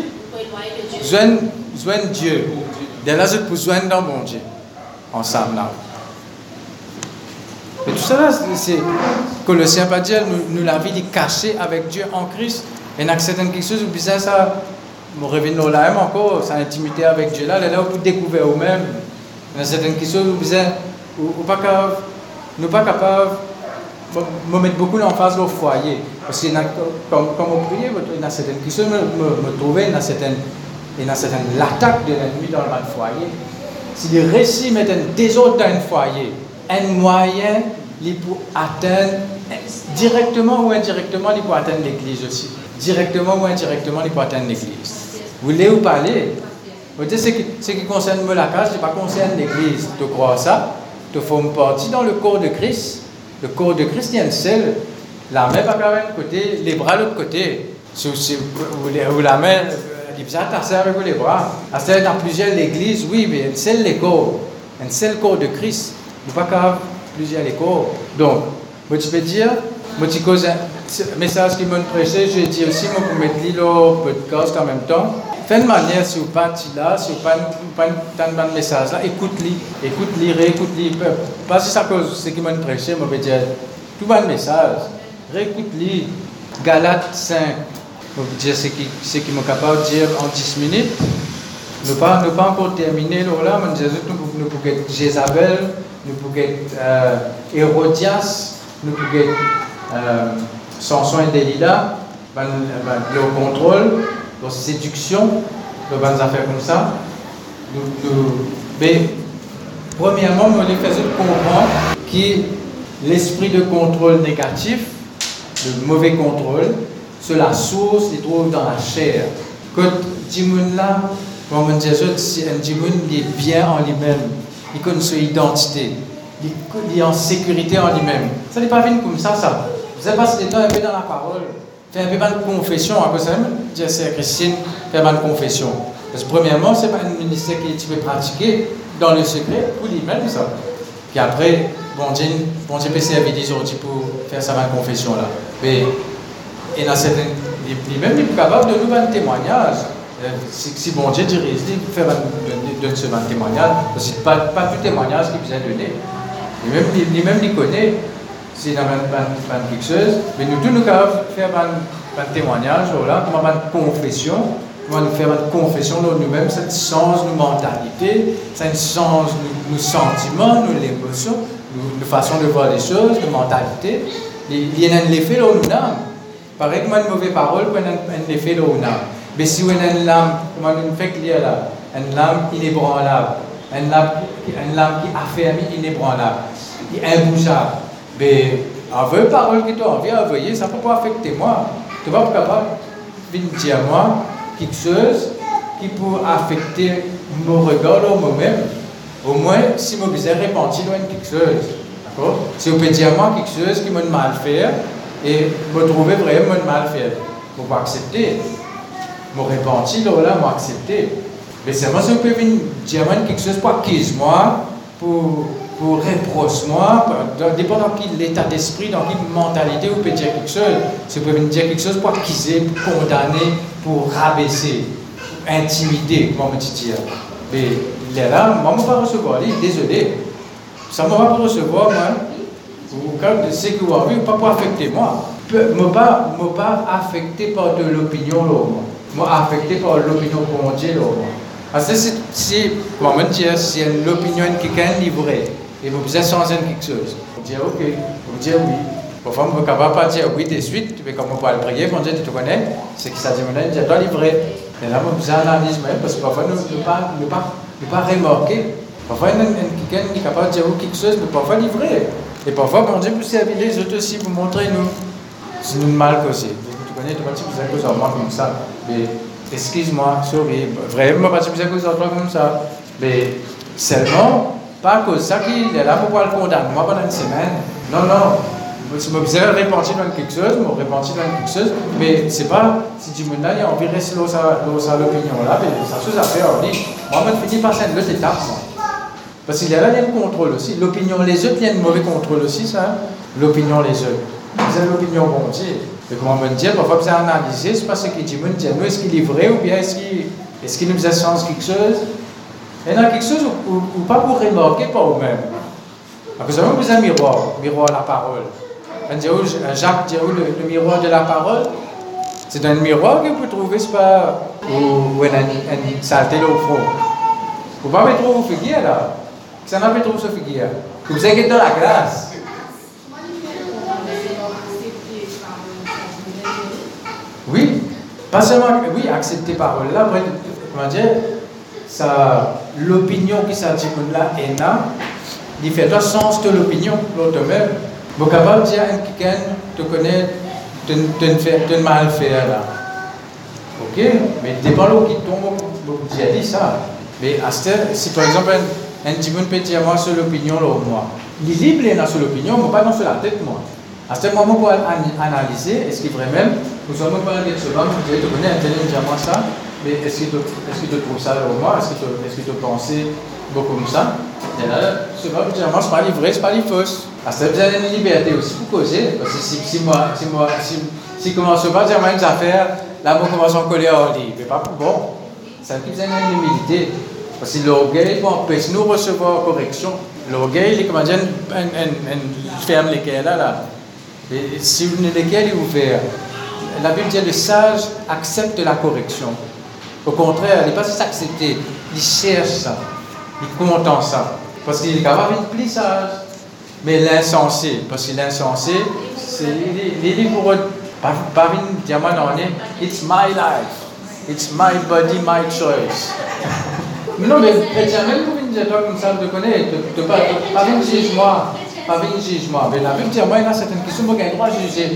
joindre Dieu. De là je peux joindre dans mon Dieu, ensemble là. Mais tout ça là, c'est Colossiens pas dire nous, nous la vie est cachée avec Dieu en Christ. Et dans certaines quelque chose, vous bizarre ça, mon revenu là même encore, sa intimité avec Dieu là, là vous découvrez vous-même. Dans certaines questions, vous bizarre, ou pas capable, nous pas capable me mettre beaucoup en face au foyer. Parce que comme, comme on prie, il y a certaines questions, me, me, me trouver dans certaines, dans certaines l'attaque de l'ennemi dans le foyer. Si les récits mettent un désordre dans un foyer, un moyen pour atteindre, directement ou indirectement, il peut atteindre l'église aussi. Directement ou indirectement, il peut atteindre l'église. Vous voulez ou parler? Vous dites, ce qui, ce qui concerne la case, ce qui concerne l'église. Tu crois ça? Tu formes partie dans le corps de Christ. Le corps de Christ, il y a une seule. La main pas quand même côté, les bras de l'autre côté. Si, si vous, vous la main, il vous attache avec vous les bras. C'est dans plusieurs églises, oui, mais une seule les corps. Un seul corps de Christ. Vous pas qu'à plusieurs les corps. Donc, moi tu peux dire, moi tu causes un message qui m'a prêché, je dis aussi, moi pour mettre l'île au podcast en même temps. Faites une manière, si vous pas là, si vous pas tant de message là, écoute-les, écoute-les, réécoute-les. Pas si ça cause ce qui m'a prêché, moi je dire, tout le message, réécoute-les. Galates cinq, je vais dire ce qui, ce qui m'a capable de dire en dix minutes. Nous pas, nous pas encore terminé là, mais Jésus, nous, nous pouvons être Jézabel, nous pouvons être euh, Hérodias, nous pouvons être euh, Samson et Delilah, ben, ben, le contrôle, la séduction, de bonnes affaires comme ça. Nous, nous, mais, premièrement, nous les faisons comprendre que l'esprit de contrôle négatif, le mauvais contrôle, c'est la source qui se trouve dans la chair. Quand Dimoun là, comme on dit, si un Dimoun est bien en lui-même, il connaît son identité, il est en sécurité en lui-même. Ça n'est pas venu comme ça, ça. Vous avez passé des temps un peu dans la parole, fait un peu de confession, à cause de ça, dire c'est Christine, faire une confession. Parce que premièrement, ce n'est pas un ministère que tu peux pratiquer dans le secret pour lui-même, ça. Puis après, bon Dieu, bon Dieu peut servir aujourd'hui pour faire sa confession là. Mais, et dans certaines, lui-même, il est capable de nous faire un témoignage. Si, si bon Dieu dirige, il peut faire donner ce témoignage, parce que pas, pas tout témoignage qu'il vous a donné. Lui-même, lui-même, il connaît, s'il a quelque chose, mais nous tous nous capables de faire un témoignage, voilà, une confession, nous faire une confession de nous-mêmes, ça change nos mentalités, ça change nos, nos sentiments, nos émotions, nos, nos façons de voir les choses, nos mentalités. Il y a un effet dans nous âmes. Pareil comme une mauvaise parole, il y a un effet dans nous âmes. Mais si on a une lame, comment on fait qu'il y a là, une lame inébranlable, une lame, une lame qui affermit, inébranlable, qui est imbouchable, mais avec parole que tu as envie d'envoyer, ça ne peut pas affecter moi. Tu ne vas pas capable de dire à moi quelque chose qui peut affecter mon regard ou moi-même. Au moins, si je besoin de repentir dans quelque chose. D'accord? Si vous pouvez dire à moi quelque chose qui m'a mal fait et me trouver vraiment mal fait, vous pouvez accepter. Je repentir, là, je accepter. Mais c'est moi si vous pouvez dire à moi quelque chose pour acquise moi, pour, pour reprocher moi, dépendant de l'état d'esprit, dans quelle mentalité vous pouvez dire quelque chose. Si vous pouvez me dire quelque chose pour accuser, pour condamner, pour rabaisser, pour intimider, comment me dire. Mais il est là, moi, je ne vais pas recevoir, il est désolé. Ça ne va pas recevoir, moi. ou quand ce que vous avez, pas pour affecter moi. Je ne pas, pas affecté par de l'opinion, je suis affecté par l'opinion pour mon Dieu. Parce que si, comment dire, si l'opinion de quelqu'un livrée, et vous pouvez changer quelque chose, vous dites ok, vous dites oui. Parfois, vous ne pouvez pas dire oui de suite, mais comme on peut le prier, vous dites tu connais, c'est que ça dit maintenant, il doit livrer. Et là, vous pouvez analyser même, parce que parfois, nous ne pas, nous pas, nous pas remarquer. Parfois, quelqu'un est capable de dire quelque chose, mais parfois livrer. Et parfois, bon Dieu peut servir les autres aussi, vous montrer nous. C'est nous mal causé. Tu connais, tu vas dire, vous avez causé en moi comme ça. Mais excuse-moi, sorry, vraiment, pas dire, vous avez causé en toi comme ça. Mais seulement, pas à cause de ça qu'il est là pour pouvoir le condamner. Moi, pendant une semaine, non, non. Je me faisais repentir dans quelque chose, me repentir dans quelque chose, mais c'est pas, si du monde là, il y a envie de rester dans sa l'opinion là, mais ça chose à faire, on dit, moi, je finis par cette l'autre étape, parce qu'il y a là, il y a le contrôle aussi. L'opinion, les autres, il y a un mauvais contrôle aussi, ça. L'opinion, les autres. Vous avez l'opinion, bon Dieu. Et comment me dire, parfois, vous avez analysé, c'est pas ce qu'il dit, vous dire, nous, est-ce qu'il est vrai ou bien est-ce qu'il est qu'il nous faisait sens quelque chose? Et dans quelque chose, ou, ou pas pour remarquer par vous-même. Parce que vous avez un miroir, miroir à la parole. Jacques dit le, le miroir de la parole, c'est un miroir que vous trouvez, c'est pas où il y a une saleté là au fond. Vous ne pouvez pas trouver vos figuières là. Ça n'a pas trouvé ce figuière. Vous êtes dans la grâce. Oui, pas seulement, oui, accepter parole là, après, comment dire, ça, l'opinion qui s'agit là est là, il fait le sens de l'opinion, l'autre même. Vous êtes capable de dire à quelqu'un, tu connais, tu ne mal faire là. Ok, mais dépend de qui tombe, vous dites ça. Mais si par exemple, un, un petit monde peut dire moi sur l'opinion, là, moi. Il est libre dans sur l'opinion, mais pas dans sur la tête, moi. À ce moment, pour analyser, est-ce qu'il est vrai même, nous sommes pas un excellent, vous dites, tu connais un tel, dire moi ça, mais est-ce que tu trouves ça là, moi? Est-ce que tu penses beaucoup comme ça? Et là, ce va vous dire, moi, ce n'est pas livré, ce n'est pas les fausses. Parce que vous avez une liberté aussi pour causer. Parce que si, si moi, si moi, si, si commence pas à dire une affaire, là, moi, commence à coller en livre. Mais pas pour bon. Ça qui vous a une humilité. Parce que l'orgueil empêche nous recevoir correction. L'orgueil, il est, comment dire, une ferme lesquelles là, là. Et si vous n'êtes lesquelles est ouvert, la Bible dit le sage accepte la correction. Au contraire, il n'est pas s'accepter, il cherche ça. Il content ça. Parce qu'il est capable de plus sage. Mais l'insensé, parce que l'insensé, c'est il est pour pas pas une diamant dans le it's my life, it's my body, my choice. Mais non, mais jamais pour une dire comme ça, de connaître, de pas pas une juge-moi, pas une juge-moi. Mais la Bible dit moi il y a certaines questions pour gagner droit à juger.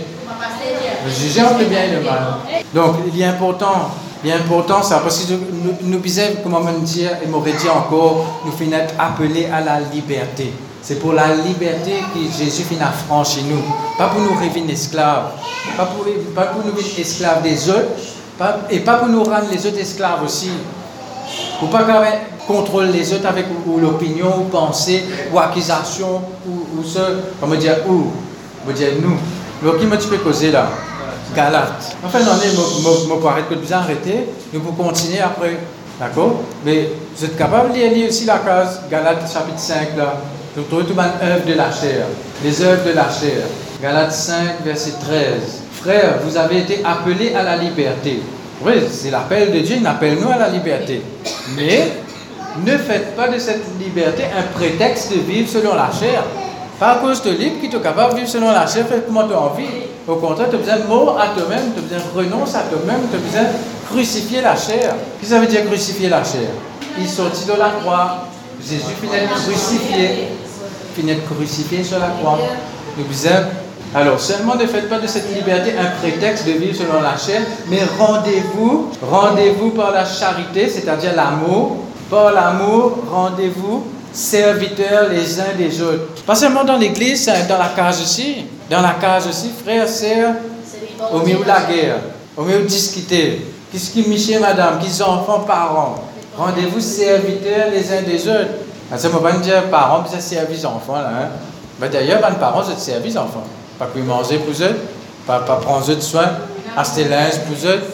Juger entre le bien et le mal. Donc il est important. Il est important ça, parce que nous, nous disons, comment me dire, et m'aurait dit encore, nous finissons appelés à la liberté. C'est pour la liberté que Jésus finit affranchi nous. Pas pour nous revenir esclaves. Pas pour, pas pour nous être esclaves des autres. Pas, et pas pour nous rendre les autres esclaves aussi. Pour pas contrôler les autres avec ou, ou l'opinion, ou pensée, ou accusation, ou, ou ce, comment dire, ou, on dire nous. Donc, qui m'a tu peux causer là? Galates. Enfin, non, je ne peux arrêter de vous arrêter. Nous pouvons continuer après. D'accord? Mais vous êtes capable de lire aussi la case Galates chapitre cinq là. Vous trouvez tout le monde œuvre de la chair. Les œuvres de la chair. Galates cinq, verset treize. Frères, vous avez été appelés à la liberté. Oui, c'est l'appel de Dieu, il appelle nous à la liberté. Mais ne faites pas de cette liberté un prétexte de vivre selon la chair. Pas à cause de libre qui est capable de vivre selon la chair, faites comment tu as envie. Au contraire, tu as besoin de mort à toi-même, tu as besoin de renoncer à toi-même, tu as besoin de crucifier la chair. Qu'est-ce que ça veut dire crucifier la chair? Il sortit de la croix, Jésus finit de crucifier, finit de crucifier sur la croix. Nous besoin. Alors, seulement ne faites pas de cette liberté un prétexte de vivre selon la chair, mais rendez-vous, rendez-vous par la charité, c'est-à-dire l'amour. Par l'amour, rendez-vous serviteurs les uns des autres. Pas seulement dans l'église, dans la case aussi. Dans la case aussi, frères, sœurs, au milieu de la guerre, au milieu de discuter. Qu'est-ce qui monsieur, madame, qui sont enfants, parents. Rendez-vous serviteurs les uns des autres. Ça ne veut pas dire parents, puis ça service enfants. Là, hein? Mais d'ailleurs, les parents, c'est service enfants. Pas que manger pour eux, pas, pas prendre de soin, acheter linge pour eux,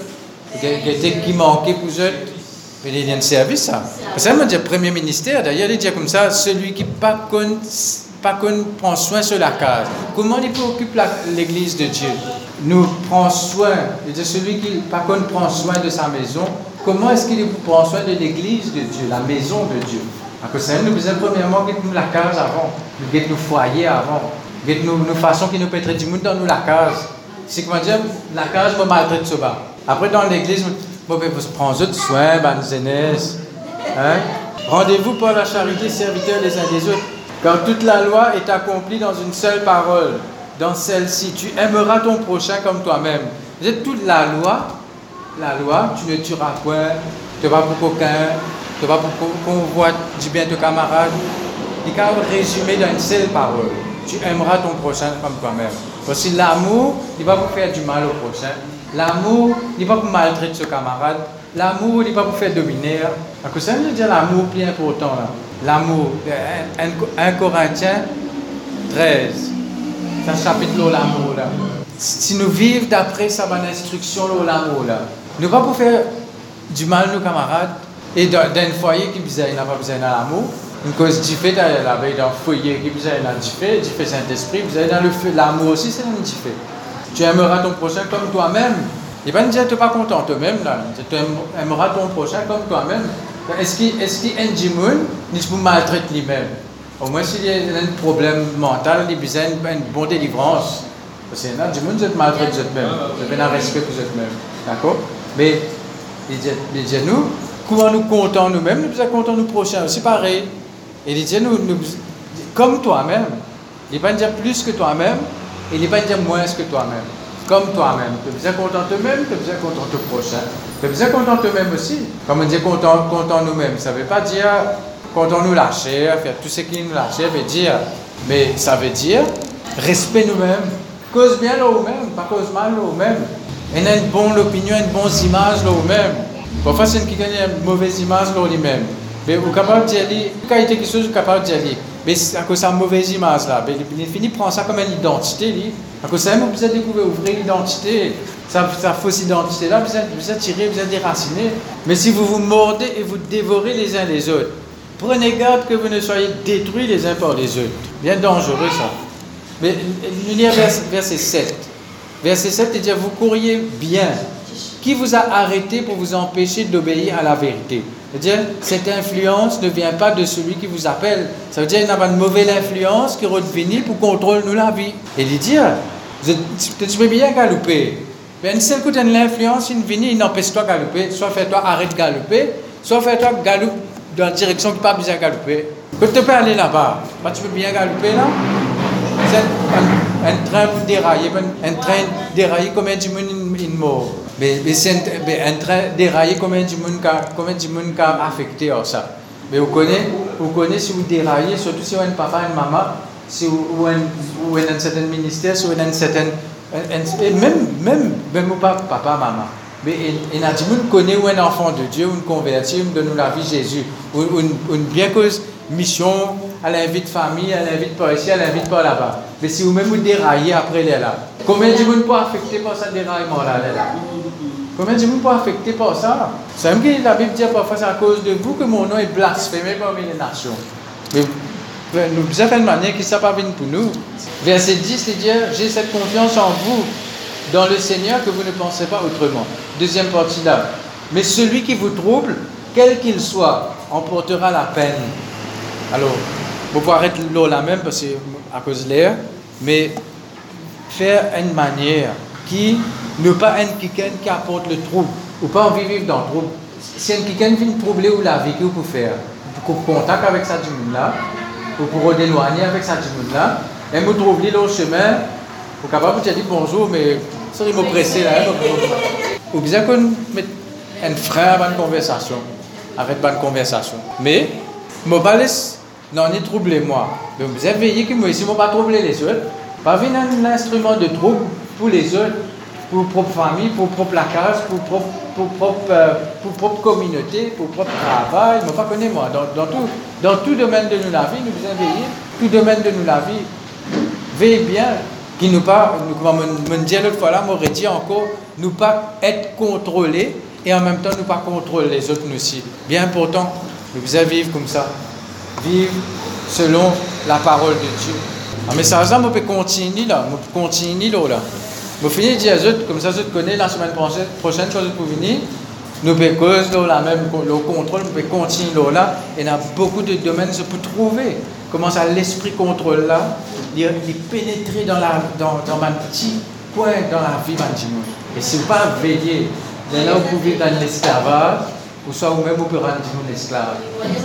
qui manquait pour eux. Mais il y a un service, ça. Ça veut dire premier ministère, d'ailleurs, il dit comme ça, celui qui pas compte pas qu'on prend soin sur la case. Comment il préoccupe la, l'Église de Dieu? Nous prend soin, de celui qui pas qu'on prend soin de sa maison. Comment est-ce qu'il prend soin de l'Église de Dieu, la maison de Dieu? Parce que ça nous besoin premièrement que nous la case avant, nous nous foyer avant, que nous nous façon qui nous peut être du monde dans nous la case. C'est comment dire, la case me maltraite ce bas. Après dans l'Église, vous pouvez prendre soin, ben zénès, hein? Rendez-vous par la charité, serviteurs les uns des autres. Car toute la loi est accomplie dans une seule parole. Dans celle-ci, tu aimeras ton prochain comme toi-même. Vous êtes toute la loi, la loi, tu ne tueras point, tu ne vas pas pour coquin, tu ne vas pas pour qu'on voit du bien de camarade. Il est résumé dans une seule parole. Tu aimeras ton prochain comme toi-même. Parce que l'amour, il va vous faire du mal au prochain. L'amour, il va vous maltraiter ce camarade. L'amour, il va vous faire dominer. Donc, ça veut dire l'amour plus important. Là. L'amour, un Corinthiens treize. C'est un chapitre de l'amour. Là. Si nous vivons d'après sa bonne instruction de l'amour, là, nous ne va pas faire du mal à nos camarades. Et dans, dans un foyer qui n'a pas besoin de l'amour, une cause différente dans un foyer qui besoin de différent, différent Saint-Esprit, vous avez dans le feu, l'amour aussi, c'est un différent. Tu aimeras ton prochain comme toi-même. Il va nous dire que tu n'es pas content toi-même, là. Tu aimeras ton prochain comme toi-même. Est-ce qu'il est qu'il y a un djimoun, il se maltraite lui-même? Au moins, s'il y a un problème mental, il a besoin d'une bonne délivrance. Parce que là, djimoun, vous êtes maltraité vous-même. Vous avez un respect pour vous-même. D'accord? Mais, il dit, il dit nous, comment nous comptons nous-mêmes, nous sommes contents nous prochains. C'est pareil. Il dit, nous, nous, comme toi-même. Il ne va pas dire plus que toi-même, et il ne va pas dire moins que toi-même. Comme toi-même. Tu es bien content toi-même, tu es bien content ton prochain. Tu es bien content toi-même aussi. Comme on dit content, content nous-mêmes, ça ne veut pas dire content nous lâcher, faire tout ce qui nous lâche, veut dire. Mais ça veut dire respect nous-mêmes. Cause bien nous-mêmes, pas cause mal nous-mêmes. On a une bonne opinion, une bonne image nous-mêmes. Parfois, c'est qui gagne une mauvaise image nous-mêmes. Mais vous êtes capable de dire, quand il y a quelque chose, vous êtes capable de dire. Mais à cause de sa mauvaise image là, il finit prendre ça comme une identité. À cause de ça, vous avez découvert une vraie identité. Sa, sa fausse identité là, vous êtes, vous êtes tiré, vous êtes déraciné. Mais si vous vous mordez et vous dévorez les uns les autres, prenez garde que vous ne soyez détruits les uns par les autres. Bien dangereux ça. Mais lisez verset sept. Verset sept, il dit, vous courriez bien. Qui vous a arrêté pour vous empêcher d'obéir à la vérité? C'est-à-dire, cette influence ne vient pas de celui qui vous appelle. Ça veut dire qu'il y a une mauvaise influence qui revient pour contrôler nous la vie. Et il dit, tu peux bien galoper. Mais seul coup de l'influence, il vient, il n'empêche toi de galoper. Soit fais-toi arrête de galoper, soit fais-toi galope dans la direction qui n'a pas besoin de galoper. Quand tu peux aller là-bas, bah, tu peux bien galoper là. C'est un, un train pour dérailler, un train dérailler comme un dimanche in mort. Mais, mais c'est un, un train déraillé combien de monde a affecté à ça. Mais vous connaissez, vous connaissez si vous déraillez, surtout si vous avez un papa et une maman, si vous, ou, un, ou un certain ministère, si vous avez un certain... Un, un, même, même, même pas papa, maman. Mais il y a des gens qui connaissent un enfant de Dieu, une convertie, de nous la vie Jésus, ou une, une bien cause mission, elle invite famille, elle invite par ici, elle invite par là-bas. Mais si vous-même vous déraillez après les là, combien de gens peuvent affecter par ce déraillement-là? Là? Combien de gens peuvent affecter par ça? C'est même que la Bible dit parfois c'est à cause de vous que mon nom est blasphémé parmi les nations. Mais nous devons faire une manière qui ne pas venir pour nous. Verset dix, il dit, j'ai cette confiance en vous, dans le Seigneur, que vous ne pensez pas autrement. Deuxième partie là. Mais celui qui vous trouble, quel qu'il soit, emportera la peine. Alors, vous pouvez arrêter l'eau là même parce que à cause de l'air, mais faire une manière qui ne pas être quelqu'un qui apporte le trouble, ou pas envie de vivre dans le trouble. Si quelqu'un vient troubler ou la vie, que vous pouvez faire? Vous pouvez contact avec sa djimoun là, ou pour vous éloigner avec sa djimoun là, et vous trouvez le chemin, vous êtes capable de dire bonjour, mais ça il m'a pressé là. Ou bien qu'on mette un frein à une conversation, arrête pas une conversation. Mais, je ne vais pas laisser non, ni troubler moi. Mais vous avez veillé que moi ici, je ne vais pas troubler les autres. Pas venir un instrument de trouble pour les autres, pour propre famille, pour propre la case, pour propre, pour propre, euh, pour propre communauté, pour propre travail. Je ne vais pas connaître moi. Dans, dans, tout, dans tout domaine de nous la vie, nous vous avez veillé. Tout domaine de nous la vie. Veillez bien, qui nous pas, nous, comme je me disais l'autre fois là, m'aurait dit encore, nous pas être contrôlés et en même temps nous pas contrôler les autres nous aussi. Bien important, nous vous avez vivre comme ça. Vivre selon la parole de Dieu. Ah, mais ça, ça, on peut continuer là, on peut continuer là. là. On finit de dire aux autres, comme ça, je connais la semaine prochaine, prochaine quand je peux venir. Nous pouvons causer là, même le contrôle, nous pouvons continuer là. Et il y a beaucoup de domaines que je peux trouver. Comment ça, l'esprit contrôle là, il, il pénétrer dans, la, dans, dans un petit coin dans la vie maintenant. Et si vous ne pas veiller, là où vous vivez dans l'esclavage, ou soit vous-même vous pouvez rendre l'esclave.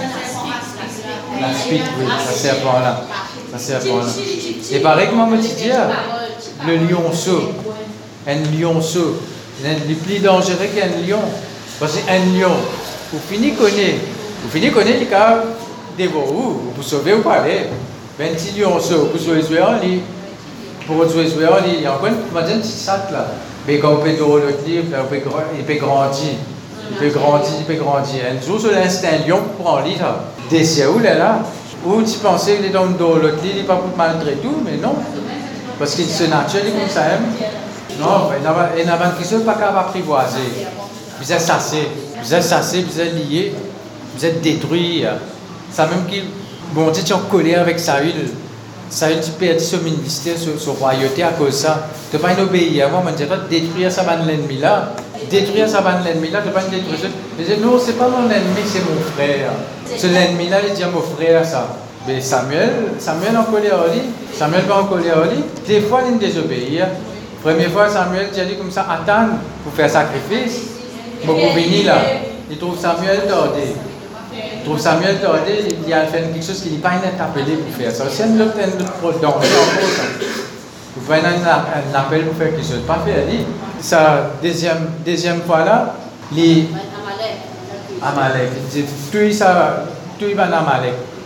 La suite, oui, ça sert par là. Ça sert par là. Et pareil, comment me dit le lionceau, un lionceau, il est plus dangereux qu'un lion. Parce qu'un lion, vous finissez connaître, vous finissez connaître les cas dévorer, vous pouvez sauver ou pas aller. Ben petit lionceau, vous pouvez jouer en lit, pour jouer jouer en lit, il y a encore une petite sac là. Mais quand vous pouvez dans l'autre livre, il peut grandir, il peut grandir, il peut grandir. Un jour, sur l'instinct lion pour prendre lit là. Des où là là, où tu pensais qu'il est dans l'autre lit, il n'est pas pour maltraiter tout, mais non. Parce qu'il se nature, il est comme ça. Non, il n'y a pas de chose pas capable d'apprivoiser. Vous êtes sassé, vous êtes sassé, vous êtes lié, vous êtes détruit. Ça même qui, bon, tu es en colère avec Saül. Saül, tu perds ce ministère, ce royauté à cause de ça. Tu n'as pas obéi à moi, mais tu vas détruire sa bande l'ennemi là. Détruire sa bande l'ennemi là, tu n'as pas détruire ça. Je dis, non, ce n'est pas mon ennemi, c'est mon frère. C'est l'ennemi là, il dit à mon frère ça. Mais Samuel, Samuel en colère au lit, Samuel va en colère au lit. Des fois, il désobéit. Première fois, Samuel, tu as dit comme ça, attends pour faire sacrifice. Bon, pour venir là, il trouve Samuel tordé. Il trouve Samuel tordé, il a fait quelque chose qu'il n'est pas appelé pour faire ça. C'est un autre danger encore ça. Vous prenez un appel pour faire quelque chose, pas faire. Ça, deuxième, deuxième fois là, les Amalek. Il dit, tout ça, tout va en Amalek.